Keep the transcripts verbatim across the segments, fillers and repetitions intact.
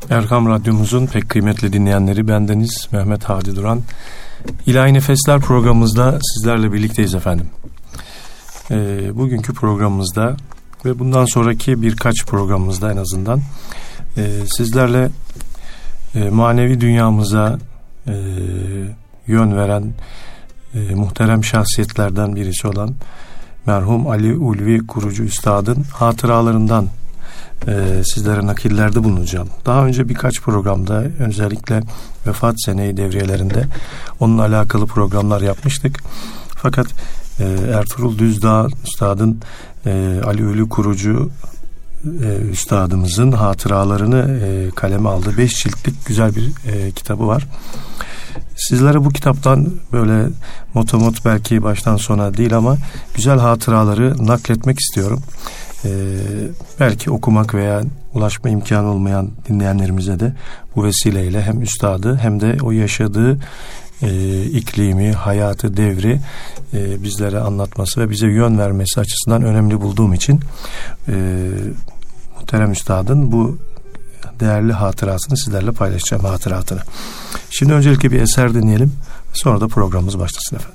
Erkam Radyomuzun pek kıymetli dinleyenleri, bendeniz Mehmet Hadi Duran. İlahi Nefesler programımızda sizlerle birlikteyiz efendim. Ee, bugünkü programımızda ve bundan sonraki birkaç programımızda en azından e, sizlerle e, manevi dünyamıza e, yön veren e, muhterem şahsiyetlerden birisi olan merhum Ali Ulvi Kurucu Üstad'ın hatıralarından Ee, sizlere nakillerde bulunacağım. Daha önce birkaç programda, özellikle vefat seneyi devriyelerinde onunla alakalı programlar yapmıştık. Fakat e, Ertuğrul Düzdağ Üstad'ın e, Ali Ulvi Kurucu e, Üstadımızın hatıralarını e, kaleme aldığı beş ciltlik güzel bir e, kitabı var. Sizlere bu kitaptan böyle motomot, belki baştan sona değil ama güzel hatıraları nakletmek istiyorum. Ee, belki okumak veya ulaşma imkanı olmayan dinleyenlerimize de bu vesileyle hem üstadı hem de o yaşadığı e, iklimi, hayatı, devri e, bizlere anlatması ve bize yön vermesi açısından önemli bulduğum için e, muhterem üstadın bu değerli hatırasını sizlerle paylaşacağım, hatıratını. Şimdi öncelikle bir eser dinleyelim, sonra da programımız başlasın efendim.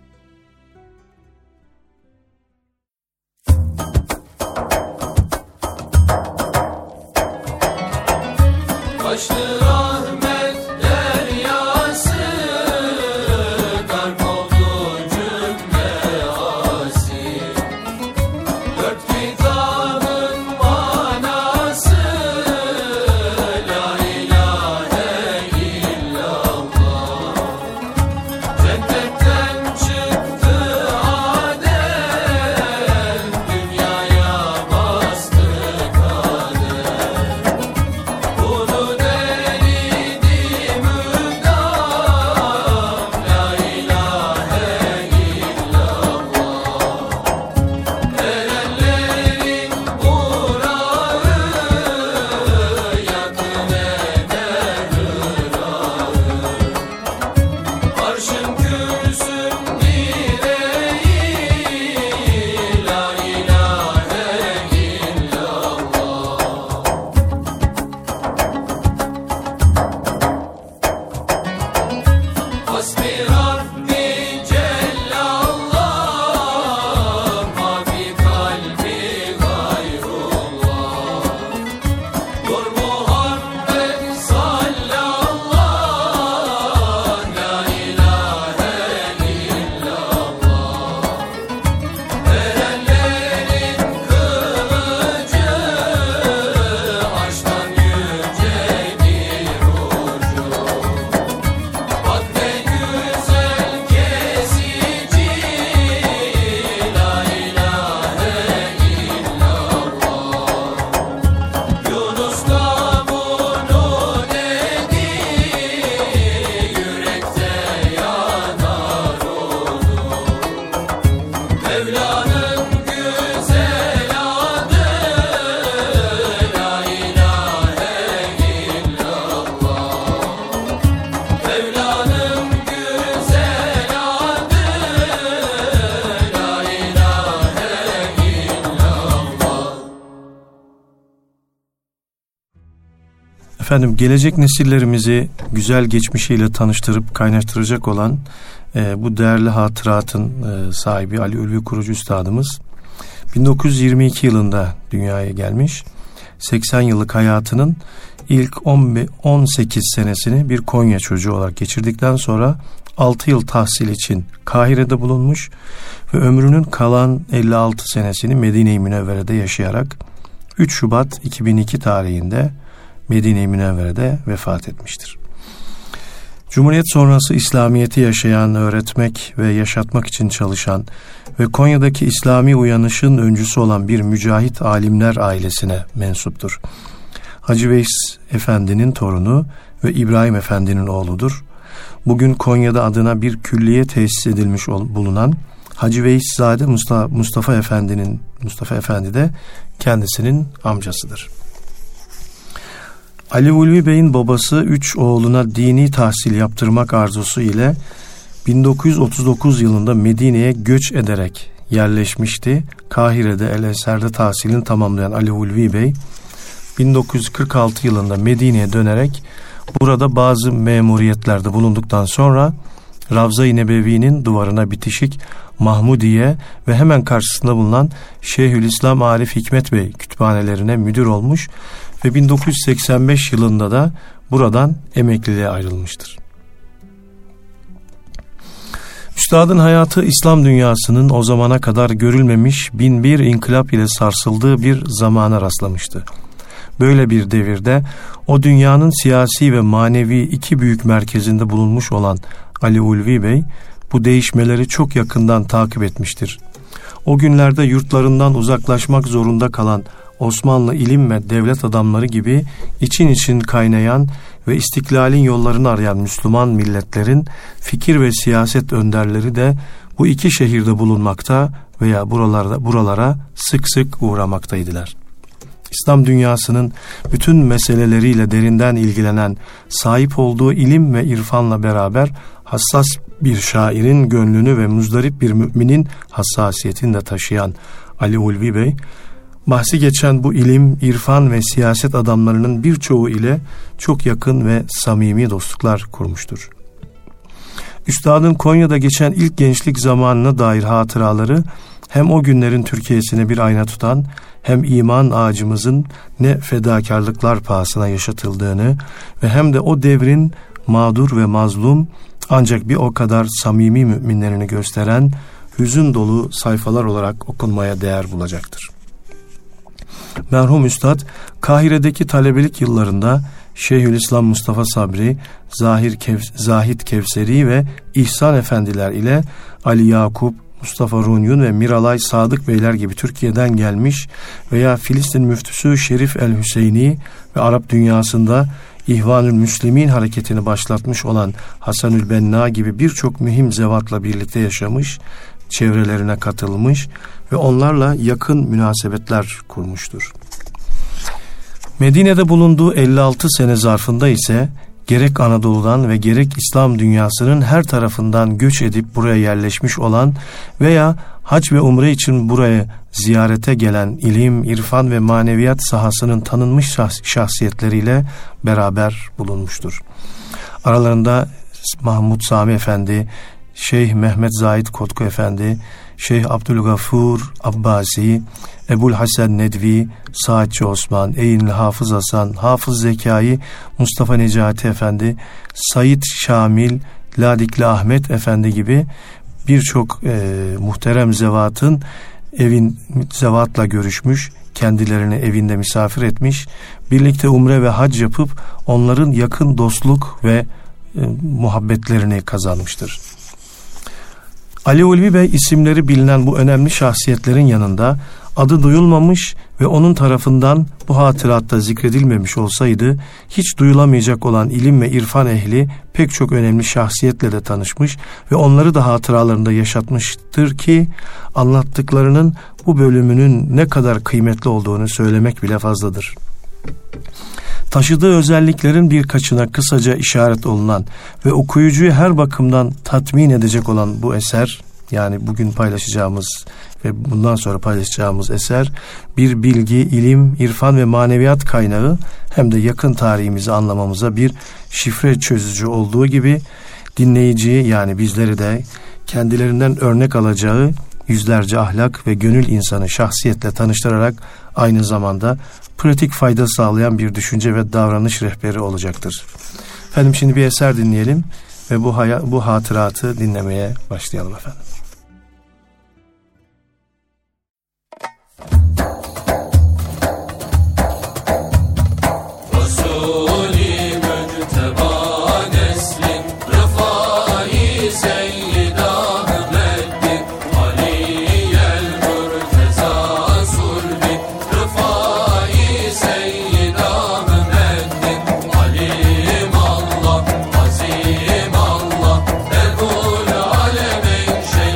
Efendim, gelecek nesillerimizi güzel geçmişiyle tanıştırıp kaynaştıracak olan e, bu değerli hatıratın e, sahibi Ali Ulvi Kurucu Üstadımız bin dokuz yüz yirmi iki yılında dünyaya gelmiş. seksen yıllık hayatının ilk on sekiz senesini bir Konya çocuğu olarak geçirdikten sonra altı yıl tahsil için Kahire'de bulunmuş ve ömrünün kalan elli altı senesini Medine-i Münevvere'de yaşayarak üç Şubat iki bin iki tarihinde Medine-i Münevvere'de vefat etmiştir. Cumhuriyet sonrası İslamiyet'i yaşayan, öğretmek ve yaşatmak için çalışan ve Konya'daki İslami uyanışın öncüsü olan bir mücahit alimler ailesine mensuptur. Hacı Veys Efendi'nin torunu ve İbrahim Efendi'nin oğludur. Bugün Konya'da adına bir külliye tesis edilmiş bulunan Hacı Veyszade Mustafa, Mustafa Efendi'nin Mustafa Efendi de kendisinin amcasıdır. Ali Ulvi Bey'in babası üç oğluna dini tahsil yaptırmak arzusu ile bin dokuz yüz otuz dokuz yılında Medine'ye göç ederek yerleşmişti. Kahire'de El Ezher'de tahsilini tamamlayan Ali Ulvi Bey bin dokuz yüz kırk altı yılında Medine'ye dönerek burada bazı memuriyetlerde bulunduktan sonra Ravza-i Nebevi'nin duvarına bitişik Mahmudiye ve hemen karşısında bulunan Şeyhülislam Arif Hikmet Bey kütüphanelerine müdür olmuş ve bin dokuz yüz seksen beş yılında da buradan emekliliğe ayrılmıştır. Üstadın hayatı İslam dünyasının o zamana kadar görülmemiş bin bir inkılap ile sarsıldığı bir zamana rastlamıştı. Böyle bir devirde o dünyanın siyasi ve manevi iki büyük merkezinde bulunmuş olan Ali Ulvi Bey bu değişmeleri çok yakından takip etmiştir. O günlerde yurtlarından uzaklaşmak zorunda kalan Osmanlı ilim ve devlet adamları gibi için için kaynayan ve istiklalin yollarını arayan Müslüman milletlerin fikir ve siyaset önderleri de bu iki şehirde bulunmakta veya buralarda buralara sık sık uğramaktaydılar. İslam dünyasının bütün meseleleriyle derinden ilgilenen, sahip olduğu ilim ve irfanla beraber hassas bir şairin gönlünü ve muzdarip bir müminin hassasiyetini de taşıyan Ali Ulvi Bey, bahsi geçen bu ilim, irfan ve siyaset adamlarının birçoğu ile çok yakın ve samimi dostluklar kurmuştur. Üstadın Konya'da geçen ilk gençlik zamanına dair hatıraları hem o günlerin Türkiye'sine bir ayna tutan, hem iman ağacımızın ne fedakarlıklar pahasına yaşatıldığını ve hem de o devrin mağdur ve mazlum ancak bir o kadar samimi müminlerini gösteren hüzün dolu sayfalar olarak okunmaya değer bulacaktır. Merhum Üstad, Kahire'deki talebelik yıllarında Şeyhülislam Mustafa Sabri, Zahir Kev, Zahid Kevseri ve İhsan Efendiler ile Ali Yakup, Mustafa Runyun ve Miralay Sadık Beyler gibi Türkiye'den gelmiş veya Filistin müftüsü Şerif el-Hüseyni ve Arap dünyasında İhvanül Müslimin hareketini başlatmış olan Hasanül Benna gibi birçok mühim zevatla birlikte yaşamış, çevrelerine katılmış ve onlarla yakın münasebetler kurmuştur. Medine'de bulunduğu elli altı sene zarfında ise gerek Anadolu'dan ve gerek İslam dünyasının her tarafından göç edip buraya yerleşmiş olan veya hac ve umre için buraya ziyarete gelen ilim, irfan ve maneviyat sahasının tanınmış şahsiyetleriyle beraber bulunmuştur. Aralarında Mahmud Sami Efendi, Şeyh Mehmet Zahid Kotku Efendi, Şeyh Abdülgafur Abbasi, Ebul Hasan Nedvi, Saatçi Osman, Eynli Hafız Hasan, Hafız Zekai, Mustafa Necati Efendi, Said Şamil, Ladikli Ahmet Efendi gibi birçok e, muhterem zevatın evin zevatla görüşmüş, kendilerini evinde misafir etmiş, birlikte umre ve hac yapıp onların yakın dostluk ve e, muhabbetlerini kazanmıştır. Ali Ulvi Bey isimleri bilinen bu önemli şahsiyetlerin yanında adı duyulmamış ve onun tarafından bu hatıratta zikredilmemiş olsaydı hiç duyulamayacak olan ilim ve irfan ehli pek çok önemli şahsiyetle de tanışmış ve onları da hatıralarında yaşatmıştır ki anlattıklarının bu bölümünün ne kadar kıymetli olduğunu söylemek bile fazladır. Taşıdığı özelliklerin birkaçına kısaca işaret olunan ve okuyucuyu her bakımdan tatmin edecek olan bu eser, yani bugün paylaşacağımız ve bundan sonra paylaşacağımız eser bir bilgi, ilim, irfan ve maneviyat kaynağı hem de yakın tarihimizi anlamamıza bir şifre çözücü olduğu gibi dinleyiciyi, yani bizleri de kendilerinden örnek alacağı yüzlerce ahlak ve gönül insanı şahsiyetle tanıştırarak aynı zamanda pratik fayda sağlayan bir düşünce ve davranış rehberi olacaktır. Efendim şimdi bir eser dinleyelim ve bu, haya, bu hatıratı dinlemeye başlayalım efendim. Azim Allah, Ebu'l Alemin şey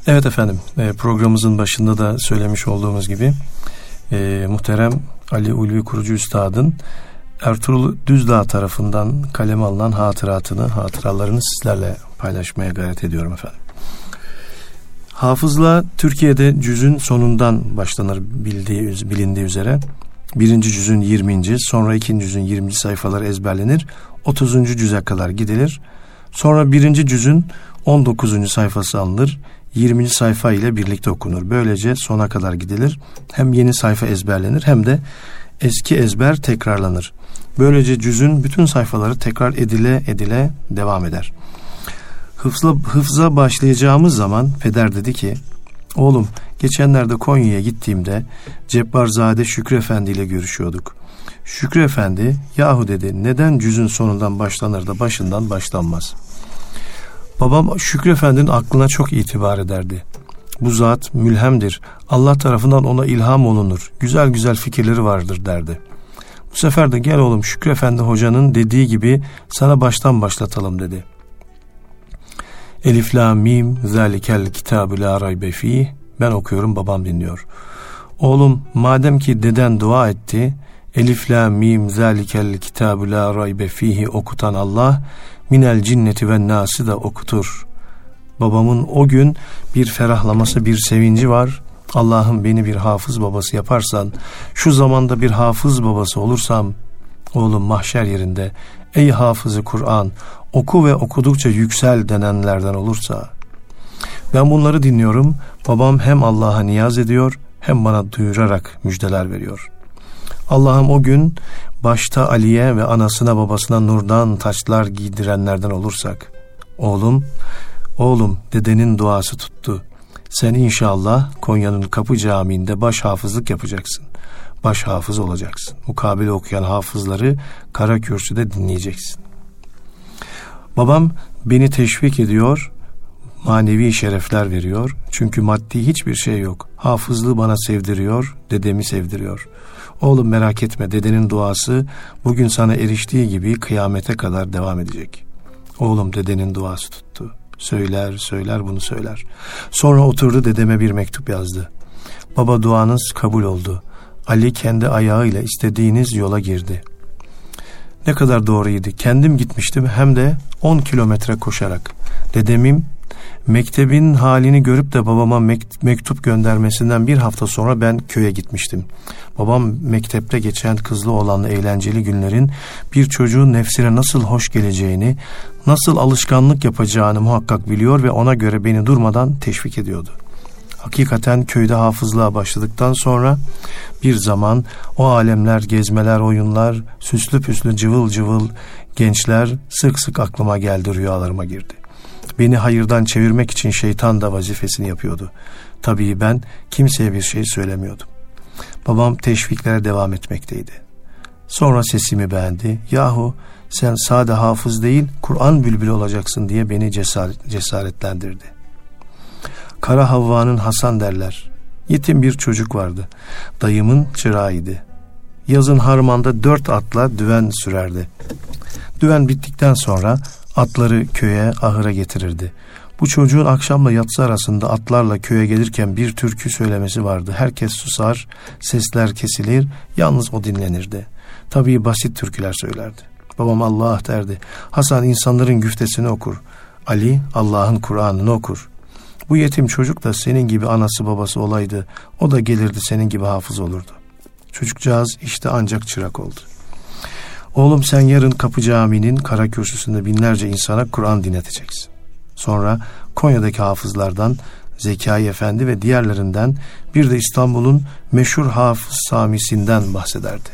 Evet efendim, programımızın başında da söylemiş olduğumuz gibi e, muhterem Ali Ulvi Kurucu Üstad'ın Ertuğrul Düzdağ tarafından kaleme alınan hatıratını, hatıralarını sizlerle paylaşmaya gayret ediyorum efendim. Hafızlığa Türkiye'de cüzün sonundan başlanır bildiği, bilindiği üzere. Birinci cüzün yirminci, sonra ikinci cüzün yirminci sayfaları ezberlenir. otuzuncu cüze kadar gidilir. Sonra birinci cüzün on dokuzuncu sayfası alınır. yirminci sayfa ile birlikte okunur. Böylece sona kadar gidilir. Hem yeni sayfa ezberlenir hem de eski ezber tekrarlanır. Böylece cüzün bütün sayfaları tekrar edile edile devam eder. Hıfza, hıfza başlayacağımız zaman peder dedi ki, oğlum geçenlerde Konya'ya gittiğimde Cebbarzade Şükrü Efendi ile görüşüyorduk. Şükrü Efendi, yahu dedi, neden cüzün sonundan başlanır da başından başlanmaz? Babam Şükrü Efendi'nin aklına çok itibar ederdi. Bu zat mülhemdir. Allah tarafından ona ilham olunur. Güzel güzel fikirleri vardır derdi. Bu sefer de gel oğlum Şükrü Efendi hocanın dediği gibi sana baştan başlatalım dedi. Elif la mim zalikel kitabü la raybe fih. Ben okuyorum, babam dinliyor. Oğlum madem ki deden dua etti, Elif la mim zalikel kitabü la raybe fihi okutan Allah minel cinneti ve nası da okutur. Babamın o gün bir ferahlaması, bir sevinci var. Allah'ım beni bir hafız babası yaparsan, şu zamanda bir hafız babası olursam, oğlum mahşer yerinde ey hafızı Kur'an oku ve okudukça yüksel denenlerden olursa. Ben bunları dinliyorum. Babam hem Allah'a niyaz ediyor hem bana duyurarak müjdeler veriyor. Allah'ım o gün başta Ali'ye ve anasına babasına nurdan taçlar giydirenlerden olursak. Oğlum, oğlum dedenin duası tuttu. Sen inşallah Konya'nın Kapı Camii'nde baş hafızlık yapacaksın. Baş hafız olacaksın. Mukabele okuyan hafızları kara kürsüde dinleyeceksin. Babam beni teşvik ediyor, manevi şerefler veriyor. Çünkü maddi hiçbir şey yok. Hafızlığı bana sevdiriyor, dedemi sevdiriyor. Oğlum merak etme, dedenin duası bugün sana eriştiği gibi kıyamete kadar devam edecek. Oğlum dedenin duası tuttu. Söyler, söyler bunu söyler. Sonra oturdu, dedeme bir mektup yazdı. Baba duanız kabul oldu. Ali kendi ayağıyla istediğiniz yola girdi. Ne kadar doğruydu. Kendim gitmiştim hem de on kilometre koşarak. Dedemin mektebin halini görüp de babama mektup göndermesinden bir hafta sonra ben köye gitmiştim. Babam mektepte geçen kızlı olanlı eğlenceli günlerin bir çocuğun nefsine nasıl hoş geleceğini, nasıl alışkanlık yapacağını muhakkak biliyor ve ona göre beni durmadan teşvik ediyordu. Hakikaten köyde hafızlığa başladıktan sonra bir zaman o alemler, gezmeler, oyunlar, süslü püslü cıvıl cıvıl gençler sık sık aklıma geldi, rüyalarıma girdi. Beni hayırdan çevirmek için şeytan da vazifesini yapıyordu. Tabii ben kimseye bir şey söylemiyordum. Babam teşviklere devam etmekteydi. Sonra sesimi beğendi. Yahu sen sade hafız değil, Kur'an bülbülü olacaksın diye beni cesaret, cesaretlendirdi. Kara Havva'nın Hasan derler. Yetim bir çocuk vardı. Dayımın çırağıydı. Yazın harmanda dört atla düven sürerdi. Düven bittikten sonra atları köye, ahıra getirirdi. Bu çocuğun akşamla yatsı arasında atlarla köye gelirken bir türkü söylemesi vardı. Herkes susar, sesler kesilir, yalnız o dinlenirdi. Tabii basit türküler söylerdi. Babam Allah derdi. Hasan insanların güftesini okur. Ali Allah'ın Kur'an'ını okur. Bu yetim çocuk da senin gibi anası babası olaydı, o da gelirdi senin gibi hafız olurdu. Çocukcağız işte ancak çırak oldu. Oğlum sen yarın Kapı Camii'nin kara kürsüsünde binlerce insana Kur'an dinleteceksin. Sonra Konya'daki hafızlardan Zekai Efendi ve diğerlerinden bir de İstanbul'un meşhur Hafız Sami'sinden bahsederdi.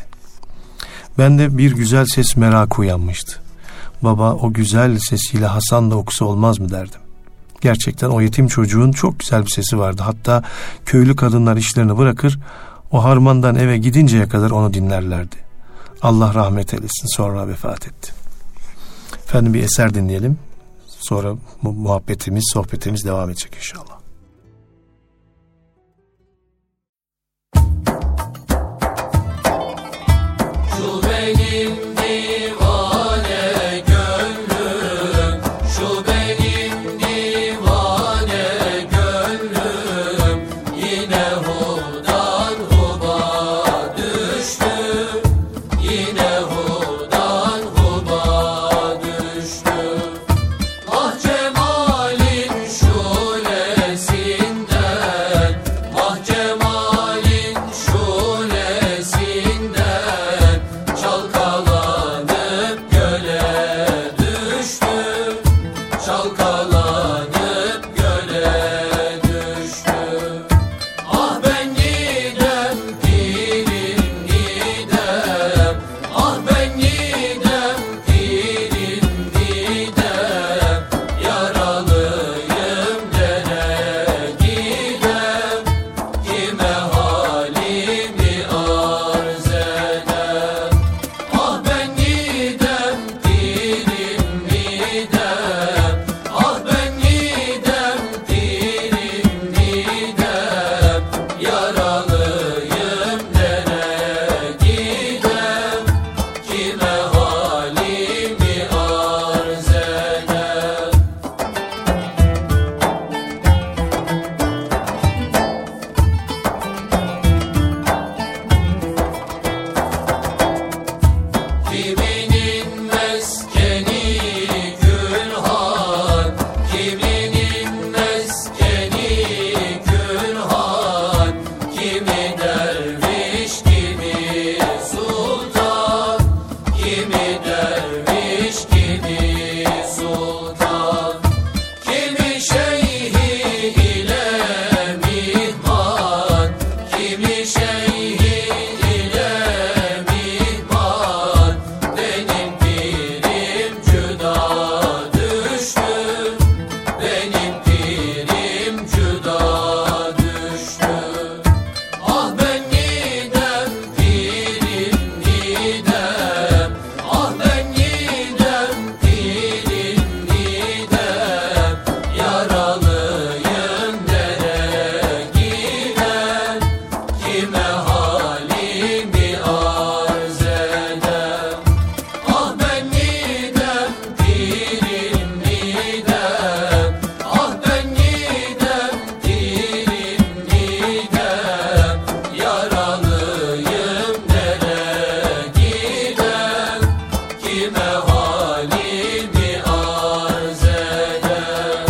Ben de bir güzel ses merakı uyanmıştı. Baba o güzel sesiyle Hasan da okusa olmaz mı derdim. Gerçekten o yetim çocuğun çok güzel bir sesi vardı. Hatta köylü kadınlar işlerini bırakır, o harmandan eve gidinceye kadar onu dinlerlerdi. Allah rahmet eylesin, sonra vefat etti. Efendim bir eser dinleyelim. Sonra mu- muhabbetimiz, sohbetimiz devam edecek inşallah. Şu benim divane gönlüm, şu benim divane gönlüm. yaralıyım nereye gidem, kime halimi arz edem. Kiminin meskeni Gülhan, kiminin meskeni Gülhan, kimi derviş kimi sultan, kimi derviş kimi sultan, kimi şeyhi ile mihman, kimi şeyhi ile mihman. Benim pirim cüda düştü, benim pirim cüda düştü. Ah ben gidem pirim gidem, ah ben gidem pirim gidem, yaralıyım nereye gidem, kime halimi arz edem. Ah ben gidem pirim gidem, ah ben gidem pirim gidem, yaralıyım nereye gidem, kime halimi arz edem.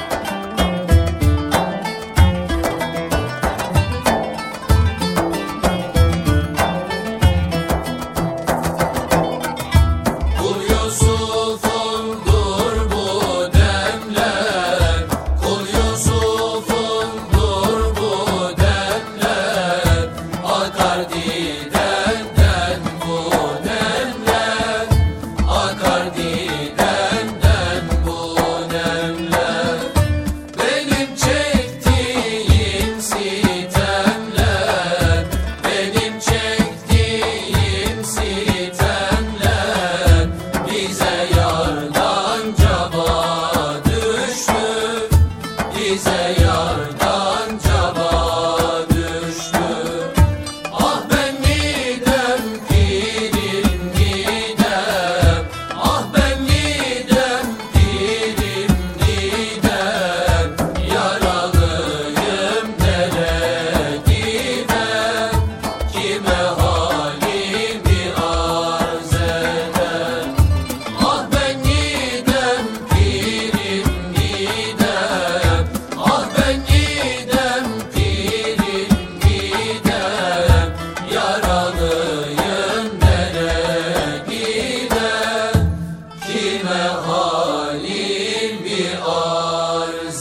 Kul Yusuf'undur bu demler, Kul Yusuf'undur bu demler, akar didenden bu nemler, akar didenden bu nemler. Benim çektiğim sitemler, benim çektiğim sitemler, bize yardan caba düştü, bize yardan caba düştü. Ah ben gidem pirim gidem, ah ben gidem pirim gidem, yaralıyım nereye gidem, kime halimi arz edem. Ah ben gidem pirim gidem, ah ben gidem pirim gidem, yaralıyım nereye gidem, kime halimi arz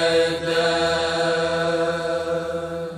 edem.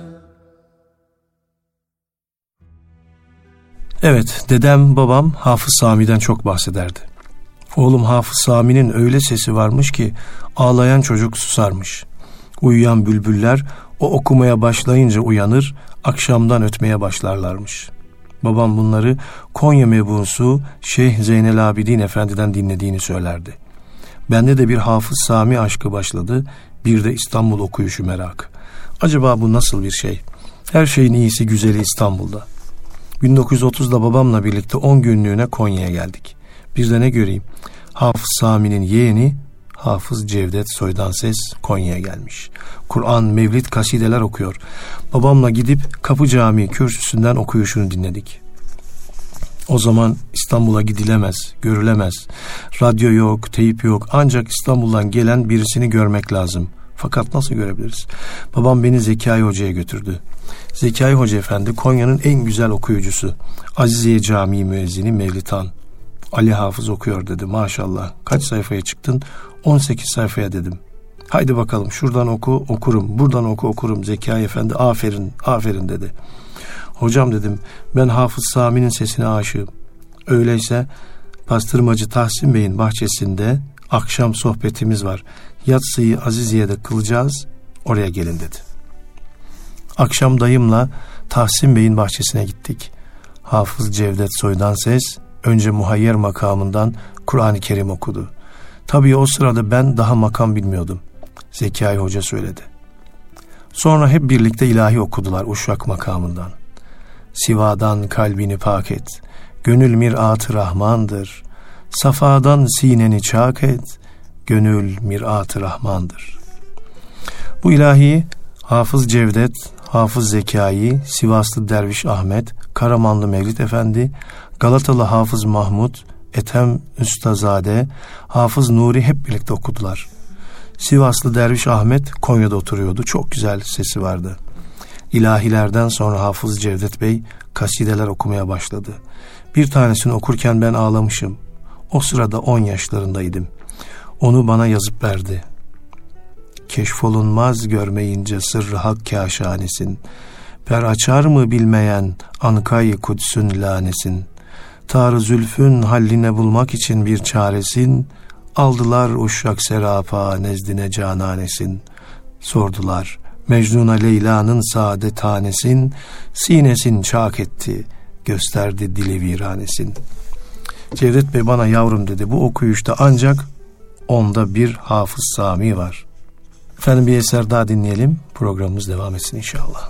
Evet, dedem babam Hafız Sami'den çok bahsederdi. Oğlum Hafız Sami'nin öyle sesi varmış ki ağlayan çocuk susarmış. Uyuyan bülbüller o okumaya başlayınca uyanır, akşamdan ötmeye başlarlarmış. Babam bunları Konya mebusu Şeyh Zeynel Abidin Efendi'den dinlediğini söylerdi. Bende de bir Hafız Sami aşkı başladı, bir de İstanbul okuyuşu merakı. Acaba bu nasıl bir şey? Her şeyin iyisi güzeli İstanbul'da. bin dokuz yüz otuzda babamla birlikte on günlüğüne Konya'ya geldik. Bir de ne göreyim? Hafız Sami'nin yeğeni Hafız Cevdet Soydan Ses Konya'ya gelmiş. Kur'an, mevlid, kasideler okuyor. Babamla gidip Kapı Camii kürsüsünden okuyuşunu dinledik. O zaman İstanbul'a gidilemez, görülemez. Radyo yok, teyip yok. Ancak İstanbul'dan gelen birisini görmek lazım. Fakat nasıl görebiliriz? Babam beni Zekai Hoca'ya götürdü. Zekai Hoca Efendi Konya'nın en güzel okuyucusu. Aziziye Camii müezzini Mevlitan. Ali Hafız okuyor dedi. Maşallah. Kaç sayfaya çıktın? on sekiz sayfaya dedim. Haydi bakalım şuradan oku okurum, buradan oku okurum. Zekai Efendi aferin, aferin dedi. Hocam dedim, ben Hafız Sami'nin sesine aşığım. Öyleyse Pastırmacı Tahsin Bey'in bahçesinde akşam sohbetimiz var. Yatsıyı Aziziye'de kılacağız, oraya gelin dedi. Akşam dayımla Tahsin Bey'in bahçesine gittik. Hafız Cevdet Soydan Ses önce muhayyer makamından Kur'an-ı Kerim okudu. Tabii o sırada ben daha makam bilmiyordum. Zekai Hoca söyledi. Sonra hep birlikte ilahi okudular Uşak makamından. Sivadan kalbini pak et, gönül mirat-ı Rahmandır. Safadan sineni çak et, gönül mirat-ı Rahmandır. Bu ilahiyi Hafız Cevdet, Hafız Zekai, Sivaslı Derviş Ahmet, Karamanlı Mevlid Efendi, Galatalı Hafız Mahmud, Ethem Üstazade, Hafız Nuri hep birlikte okudular. Sivaslı Derviş Ahmet Konya'da oturuyordu. Çok güzel sesi vardı. İlahilerden sonra Hafız Cevdet Bey kasideler okumaya başladı. Bir tanesini okurken ben ağlamışım. O sırada on yaşlarındaydım. Onu bana yazıp verdi. Keşfolunmaz görmeyince sırrı hak kâşanesin. Per açar mı bilmeyen ankayı kudsün lanesin. Tar zülfün halline bulmak için bir çaresin. Aldılar Uşak serapa nezdine cananesin. Sordular Mecnun'a Leyla'nın saadet tanesin. Sinesin çak etti, gösterdi dili viranesin. Cevdet Bey bana yavrum dedi, bu okuyuşta ancak onda bir Hafız Sami var. Efendim bir eser daha dinleyelim. Programımız devam etsin inşallah.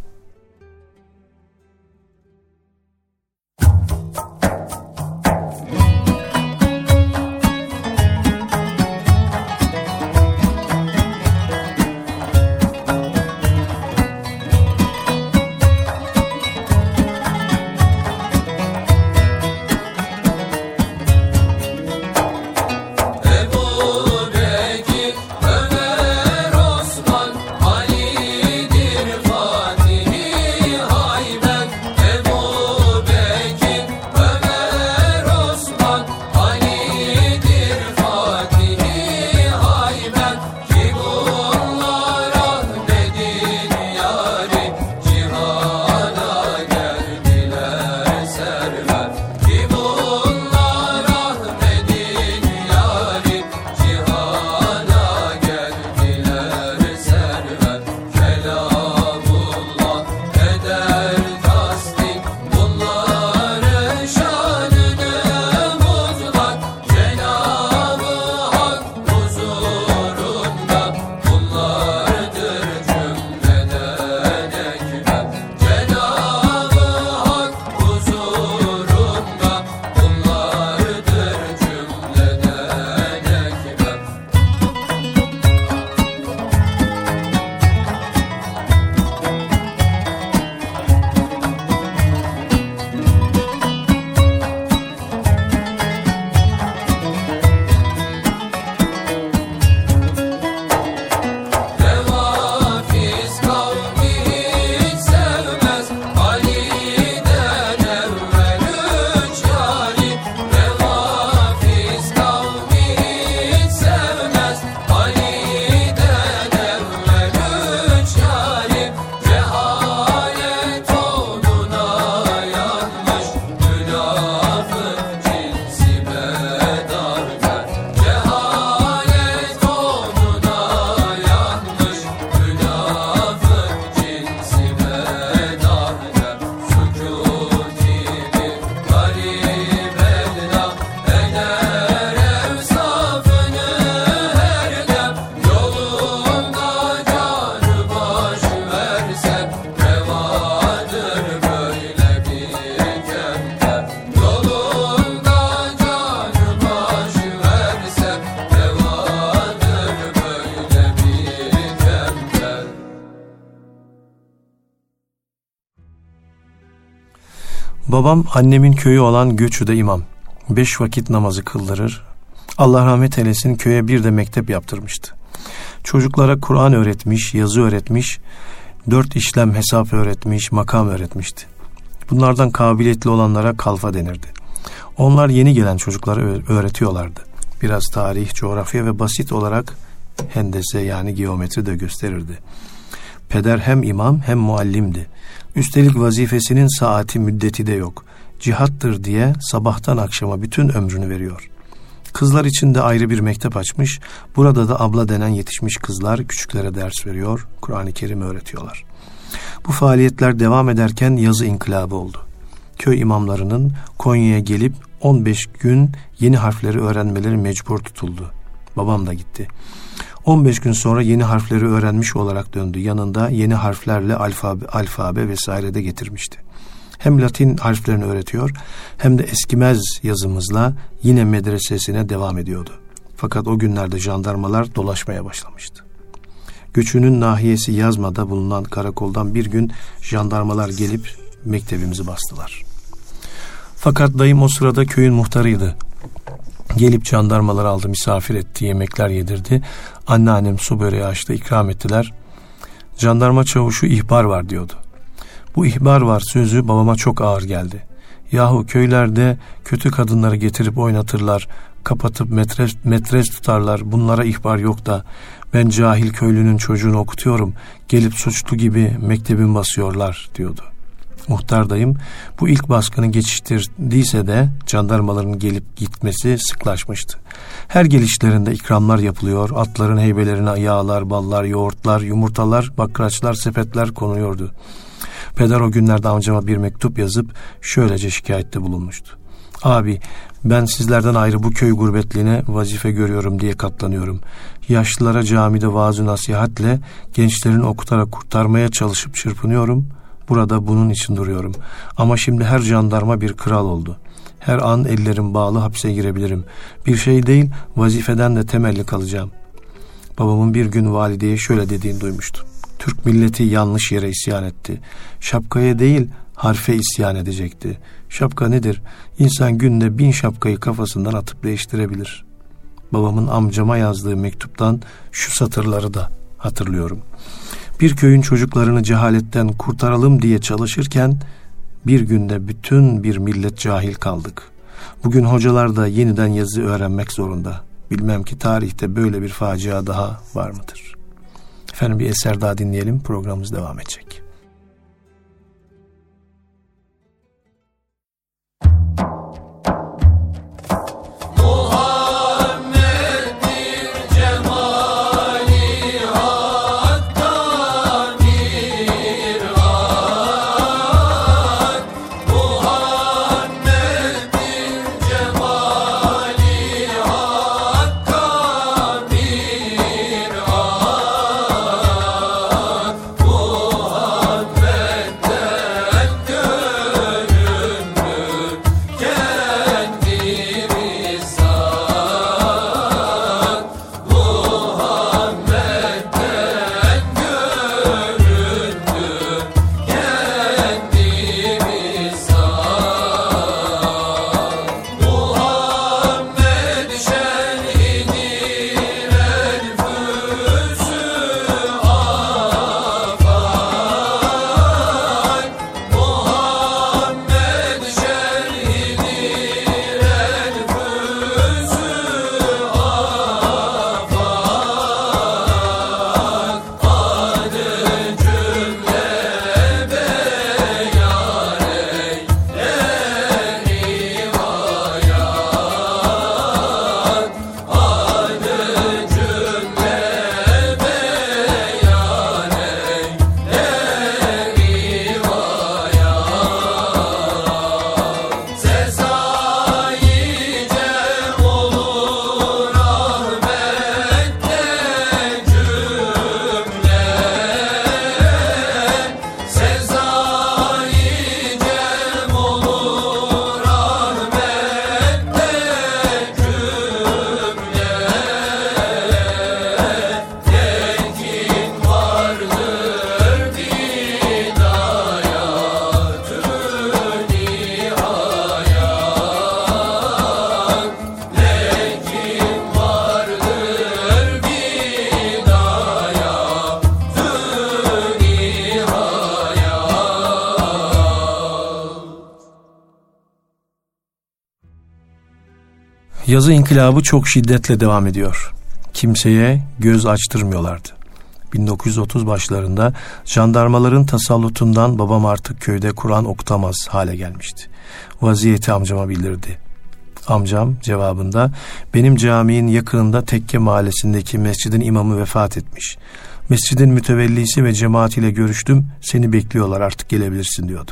Babam annemin köyü olan Göçü'de imam. Beş vakit namazı kıldırır. Allah rahmet eylesin, köye bir de mektep yaptırmıştı. Çocuklara Kur'an öğretmiş, yazı öğretmiş, dört işlem hesap öğretmiş, makam öğretmişti. Bunlardan kabiliyetli olanlara kalfa denirdi. Onlar yeni gelen çocuklara öğretiyorlardı. Biraz tarih, coğrafya ve basit olarak hendese yani geometri de gösterirdi. Peder hem imam hem muallimdi. Üstelik vazifesinin saati müddeti de yok. Cihattır diye sabahtan akşama bütün ömrünü veriyor. Kızlar için de ayrı bir mektep açmış. Burada da abla denen yetişmiş kızlar küçüklere ders veriyor, Kur'an-ı Kerim öğretiyorlar. Bu faaliyetler devam ederken yazı inkılabı oldu. Köy imamlarının Konya'ya gelip on beş gün yeni harfleri öğrenmeleri mecbur tutuldu. Babam da gitti. on beş gün sonra yeni harfleri öğrenmiş olarak döndü. Yanında yeni harflerle alfabe, alfabe vesaire de getirmişti. Hem Latin harflerini öğretiyor hem de eskimez yazımızla yine medresesine devam ediyordu. Fakat o günlerde jandarmalar dolaşmaya başlamıştı. Göçünün nahiyesi Yazma'da bulunan karakoldan bir gün jandarmalar gelip mektebimizi bastılar. Fakat dayım o sırada köyün muhtarıydı. Gelip jandarmalar aldı, misafir etti, yemekler yedirdi. Anneannem su böreği açtı, ikram ettiler. Jandarma çavuşu ihbar var diyordu. Bu ihbar var sözü babama çok ağır geldi. Yahu köylerde kötü kadınları getirip oynatırlar, kapatıp metres, metres tutarlar, bunlara ihbar yok da ben cahil köylünün çocuğunu okutuyorum, gelip suçlu gibi mektebim basıyorlar diyordu. Muhtar dayım bu ilk baskını geçiştirdiyse de jandarmaların gelip gitmesi sıklaşmıştı. Her gelişlerinde ikramlar yapılıyor, atların heybelerine yağlar, ballar, yoğurtlar, yumurtalar, bakraçlar, sepetler konuyordu. Peder o günlerde amcama bir mektup yazıp şöylece şikayette bulunmuştu. Abi, ben sizlerden ayrı bu köy gurbetliğine vazife görüyorum diye katlanıyorum. Yaşlılara camide vaaz-ı nasihatle gençlerin okutarak kurtarmaya çalışıp çırpınıyorum. Burada bunun için duruyorum. Ama şimdi her jandarma bir kral oldu. Her an ellerim bağlı hapse girebilirim. Bir şey değil, vazifeden de temelli kalacağım. Babamın bir gün valideye şöyle dediğini duymuştum. Türk milleti yanlış yere isyan etti. Şapkaya değil, harfe isyan edecekti. Şapka nedir? İnsan günde bin şapkayı kafasından atıp değiştirebilir. Babamın amcama yazdığı mektuptan şu satırları da hatırlıyorum. Bir köyün çocuklarını cehaletten kurtaralım diye çalışırken bir günde bütün bir millet cahil kaldık. Bugün hocalar da yeniden yazı öğrenmek zorunda. Bilmem ki tarihte böyle bir facia daha var mıdır? Efendim bir eser daha dinleyelim, programımız devam edecek. Yazı inkılabı çok şiddetle devam ediyor. Kimseye göz açtırmıyorlardı. bin dokuz yüz otuz başlarında jandarmaların tasallutundan babam artık köyde Kur'an okutamaz hale gelmişti. Vaziyeti amcama bildirdi. Amcam cevabında benim caminin yakınında Tekke mahallesindeki mescidin imamı vefat etmiş. Mescidin mütevellisi ve cemaatiyle görüştüm, seni bekliyorlar artık gelebilirsin diyordu.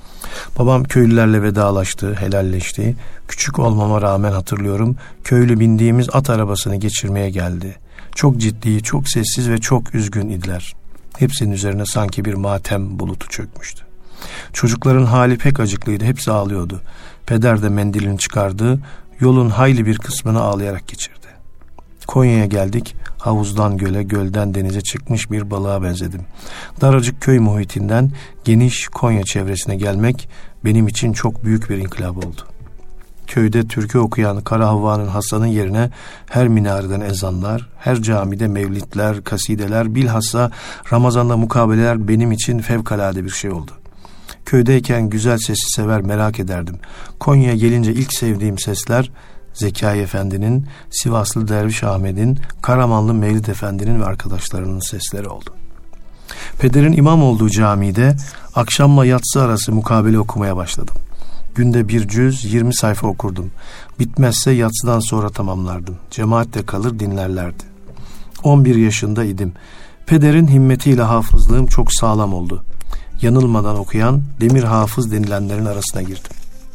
Babam köylülerle vedalaştı, helalleşti. Küçük olmama rağmen hatırlıyorum, köylü bindiğimiz at arabasını geçirmeye geldi. Çok ciddi, çok sessiz ve çok üzgün idiler. Hepsinin üzerine sanki bir matem bulutu çökmüştü. Çocukların hali pek acıklıydı, hepsi ağlıyordu. Peder de mendilini çıkardı, yolun hayli bir kısmını ağlayarak geçirdi. Konya'ya geldik, havuzdan göle, gölden denize çıkmış bir balığa benzedim. Daracık köy muhitinden geniş Konya çevresine gelmek benim için çok büyük bir inkılap oldu. Köyde türkü okuyan Kara Havva'nın Hasan'ın yerine her minareden ezanlar, her camide mevlidler, kasideler, bilhassa Ramazan'da mukabeleler benim için fevkalade bir şey oldu. Köydeyken güzel sesi sever, merak ederdim. Konya'ya gelince ilk sevdiğim sesler Zekai Efendi'nin, Sivaslı Derviş Ahmet'in, Karamanlı Mevlid Efendi'nin ve arkadaşlarının sesleri oldu. Pederin imam olduğu camide akşamla yatsı arası mukabele okumaya başladım. Günde bir cüz, yirmi sayfa okurdum. Bitmezse yatsıdan sonra tamamlardım. Cemaatle kalır dinlerlerdi. on bir yaşında idim. Pederin himmetiyle hafızlığım çok sağlam oldu. Yanılmadan okuyan demir hafız denilenlerin arasına girdim.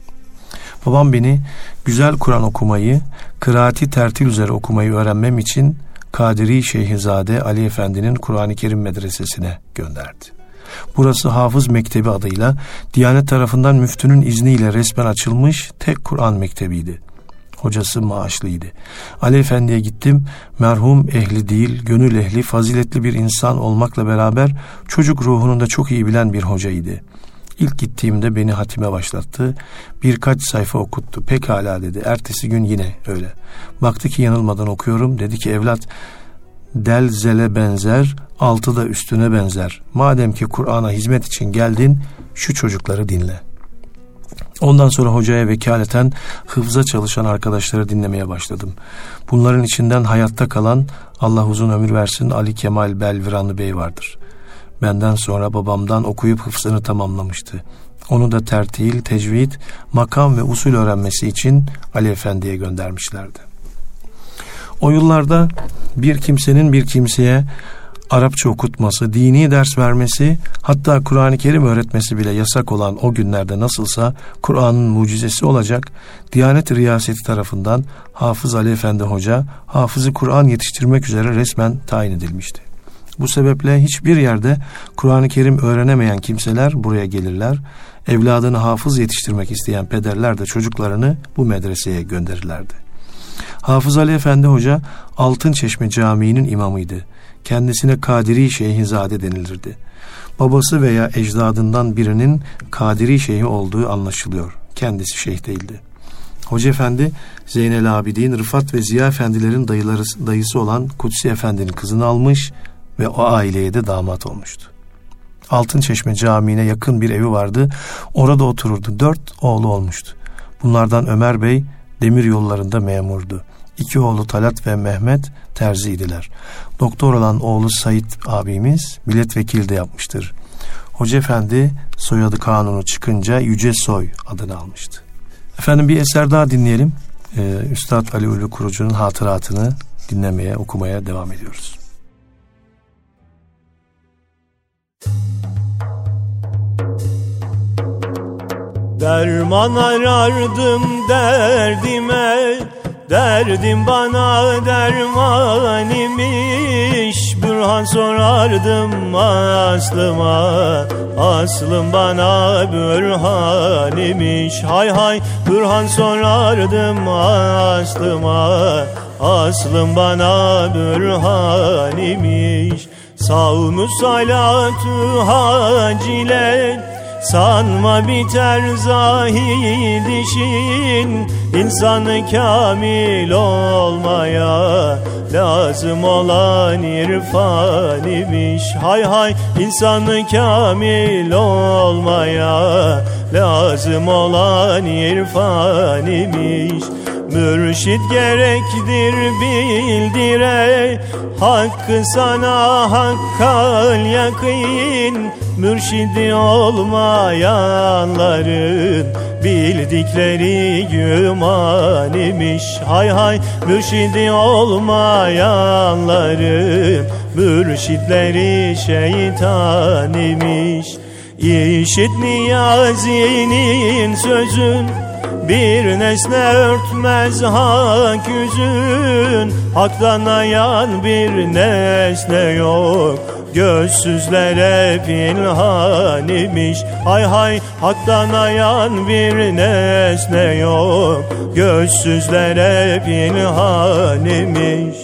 Babam beni güzel Kur'an okumayı, kıraati tertil üzere okumayı öğrenmem için Kadiri Şeyhizade Ali Efendi'nin Kur'an-ı Kerim medresesine gönderdi. Burası Hafız Mektebi adıyla Diyanet tarafından müftünün izniyle resmen açılmış tek Kur'an mektebiydi. Hocası maaşlıydı. Ali Efendi'ye gittim. Merhum ehli değil, gönül ehli, faziletli bir insan olmakla beraber çocuk ruhunu da çok iyi bilen bir hocaydı. İlk gittiğimde beni hatime başlattı. Birkaç sayfa okuttu. Pekala dedi. Ertesi gün yine öyle. Baktı ki yanılmadan okuyorum. Dedi ki evlat, del zele benzer, altı da üstüne benzer. Madem ki Kur'an'a hizmet için geldin, şu çocukları dinle. Ondan sonra hocaya vekaleten hıfza çalışan arkadaşları dinlemeye başladım. Bunların içinden hayatta kalan, Allah uzun ömür versin, Ali Kemal Belviranlı Bey vardır. Benden sonra babamdan okuyup hıfzını tamamlamıştı. Onu da tertil, tecvid, makam ve usul öğrenmesi için Ali Efendi'ye göndermişlerdi. O yıllarda bir kimsenin bir kimseye Arapça okutması, dini ders vermesi, hatta Kur'an-ı Kerim öğretmesi bile yasak olan o günlerde nasılsa Kur'an'ın mucizesi olacak, Diyanet Riyaseti tarafından Hafız Ali Efendi Hoca, Hafızı Kur'an yetiştirmek üzere resmen tayin edilmişti. Bu sebeple hiçbir yerde Kur'an-ı Kerim öğrenemeyen kimseler buraya gelirler, evladını hafız yetiştirmek isteyen pederler de çocuklarını bu medreseye gönderirlerdi. Hafız Ali Efendi Hoca Altınçeşme Camii'nin imamıydı. Kendisine Kadiri Şeyhizade denilirdi. Babası veya ecdadından birinin Kadiri Şeyhi olduğu anlaşılıyor. Kendisi şeyh değildi. Hoca Efendi, Zeynel Abidin, Rıfat ve Ziya Efendilerin dayıları, dayısı olan Kutsi Efendi'nin kızını almış ve o aileye de damat olmuştu. Altınçeşme Camii'ne yakın bir evi vardı. Orada otururdu. Dört oğlu olmuştu. Bunlardan Ömer Bey demir yollarında memurdu. İki oğlu Talat ve Mehmet terziydiler. Doktor olan oğlu Said abimiz milletvekili de yapmıştır. Hoca Efendi soyadı kanunu çıkınca Yüce Soy adını almıştı. Efendim bir eser daha dinleyelim. Ee, Üstad Ali Ulvi Kurucu'nun hatıratını dinlemeye, okumaya devam ediyoruz. Derman arardım derdime, derdim bana derman imiş. Bürhan sorardım aslıma, aslım bana bürhan imiş. Hay hay Bürhan sorardım aslıma, aslım bana bürhan imiş. Savnu salatu haciler, sanma biter zahid işin. İnsanı kamil olmaya lazım olan irfan imiş. Hay hay insanı kamil olmaya lazım olan irfan imiş. Mürşid gerektir bildire, hakkı sana hakkal yakın. Mürşidi olmayanların bildikleri güman imiş. Hay hay mürşidi olmayanların mürşitleri şeytan imiş. İşit Niyazi'nin sözün, Bir nesne örtmez hak yüzün, haktan ayan bir nesne yok. Gözsüzlere pinhan imiş, hay hay, haktan ayan bir nesne yok. Gözsüzlere pinhan imiş.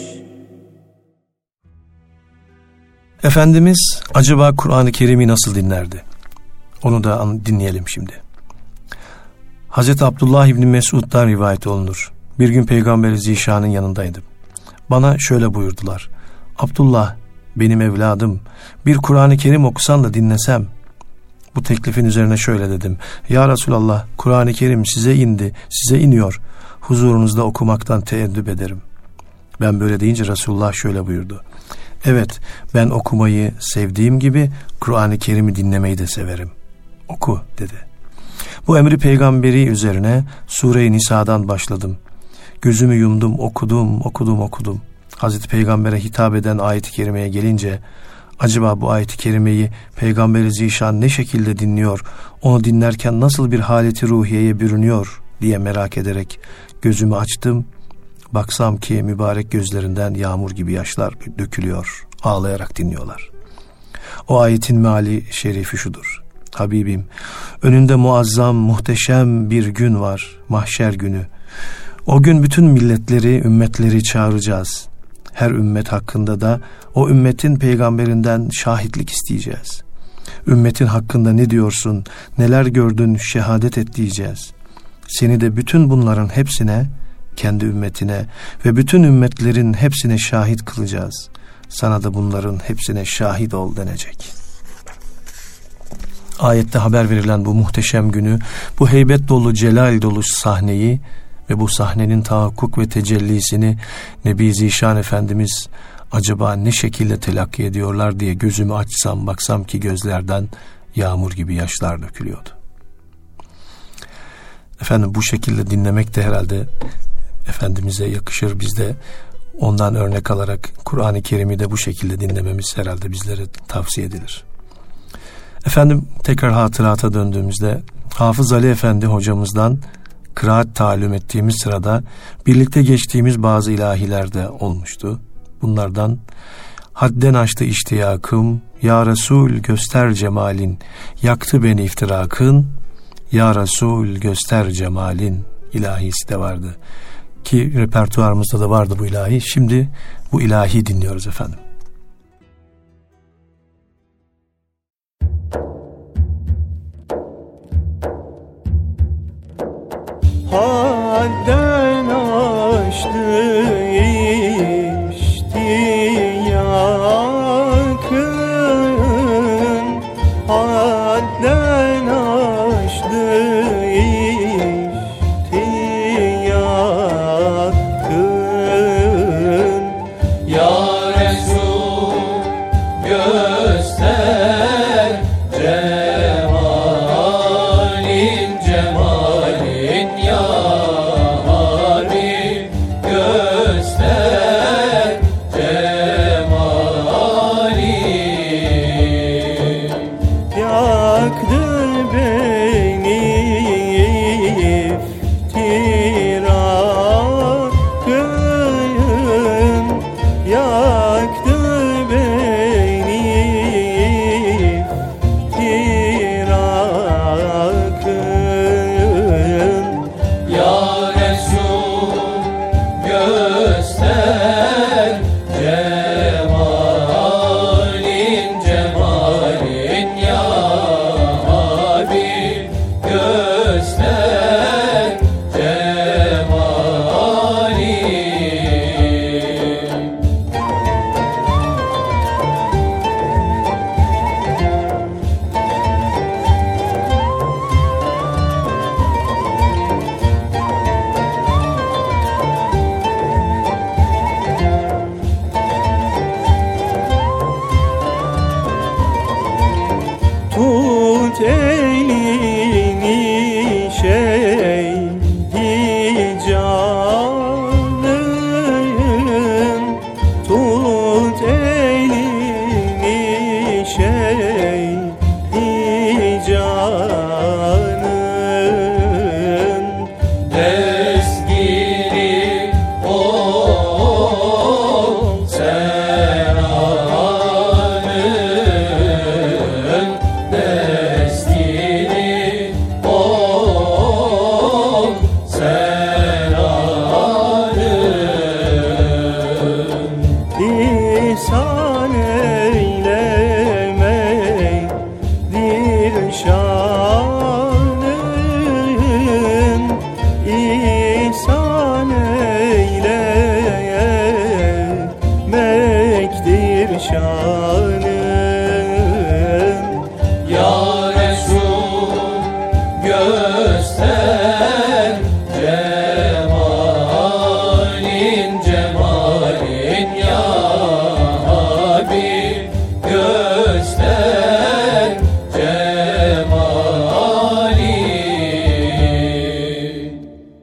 Efendimiz acaba Kur'an-ı Kerim'i nasıl dinlerdi? Onu da dinleyelim şimdi. Hazreti Abdullah İbni Mesud'dan rivayet olunur. Bir gün Peygamber-i Zişan'ın yanındaydım. Bana şöyle buyurdular: Abdullah, benim evladım, bir Kur'an-ı Kerim okusan da dinlesem. Bu teklifin üzerine şöyle dedim: Ya Resulallah, Kur'an-ı Kerim size indi, size iniyor. Huzurunuzda okumaktan teeddüp ederim. Ben böyle deyince Resulullah şöyle buyurdu: Evet, ben okumayı sevdiğim gibi Kur'an-ı Kerim'i dinlemeyi de severim. Oku dedi. Bu emri peygamberi üzerine Sure-i Nisa'dan başladım. Gözümü yumdum, okudum, okudum, okudum. Hazreti Peygamber'e hitap eden ayet-i kerimeye gelince, acaba bu ayet-i kerimeyi Peygamber-i Zişan ne şekilde dinliyor, onu dinlerken nasıl bir haleti ruhiyeye bürünüyor diye merak ederek gözümü açtım. Baksam ki mübarek gözlerinden yağmur gibi yaşlar dökülüyor, ağlayarak dinliyorlar. O ayetin meali şerifi şudur: Habibim, önünde muazzam, muhteşem bir gün var, mahşer günü. O gün bütün milletleri, ümmetleri çağıracağız. Her ümmet hakkında da o ümmetin peygamberinden şahitlik isteyeceğiz. Ümmetin hakkında ne diyorsun, neler gördün, şehadet et diyeceğiz. Seni de bütün bunların hepsine, kendi ümmetine ve bütün ümmetlerin hepsine şahit kılacağız. Sana da bunların hepsine şahit ol denecek. Ayette haber verilen bu muhteşem günü, bu heybet dolu, celal dolu sahneyi ve bu sahnenin tahakkuk ve tecellisini Nebi Zişan Efendimiz acaba ne şekilde telakki ediyorlar diye gözümü açsam baksam ki gözlerden yağmur gibi yaşlar dökülüyordu. Efendim, bu şekilde dinlemek de herhalde Efendimiz'e yakışır. Biz de ondan örnek alarak Kur'an-ı Kerim'i de bu şekilde dinlememiz herhalde bizlere tavsiye edilir. Efendim, tekrar hatırata döndüğümüzde Hafız Ali Efendi hocamızdan kıraat talim ettiğimiz sırada birlikte geçtiğimiz bazı ilahiler de olmuştu. Bunlardan hadden aştı iştiyakım, ya Resul göster cemalin, yaktı beni iftirakın, ya Resul göster cemalin ilahisi de vardı. Ki repertuarımızda da vardı bu ilahi. Şimdi bu ilahi dinliyoruz efendim. Hadden aştı iştiyakın, hadden aştı iştiyakın. Ya Resul göster cemalin, cemalin, ya Habib göster göster cemalin cemalin ya Habib göster cemalin.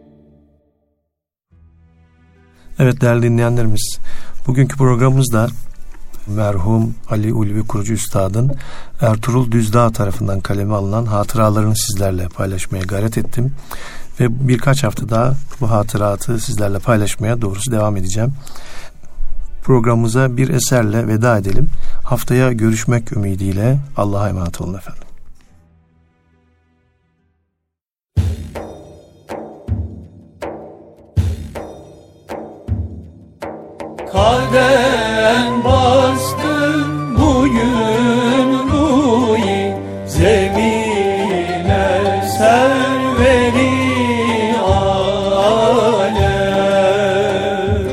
Evet değerli dinleyenlerimiz, bugünkü programımızda merhum Ali Ulvi Kurucu Üstad'ın Ertuğrul Düzdağ tarafından kaleme alınan hatıralarını sizlerle paylaşmaya gayret ettim. Ve birkaç hafta daha bu hatıratı sizlerle paylaşmaya doğrusu devam edeceğim. Programımıza bir eserle veda edelim. Haftaya görüşmek ümidiyle Allah'a emanet olun efendim. Kadem bastım bugün ruhi zemine serveri alem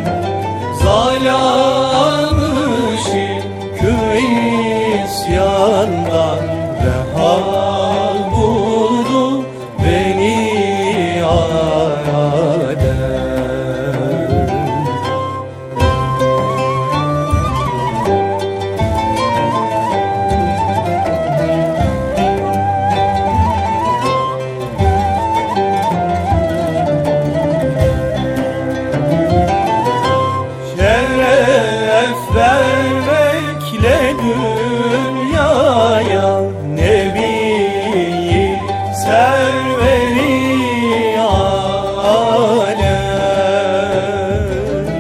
zalamışı kıyısyandan rehal buldu beni alem. Dünyaya Nebi serveri alem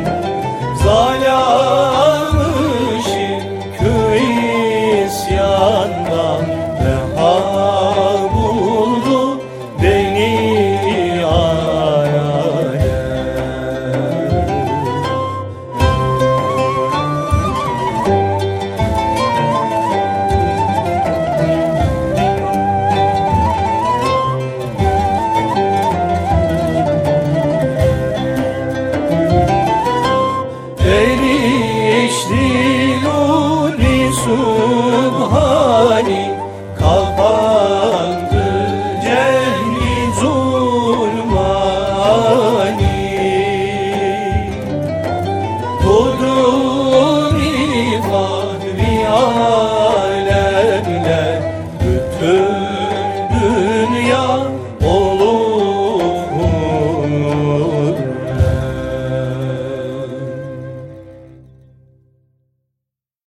zalamışı kıyısyandan reha buldu beni alem. Erişti nuri subhani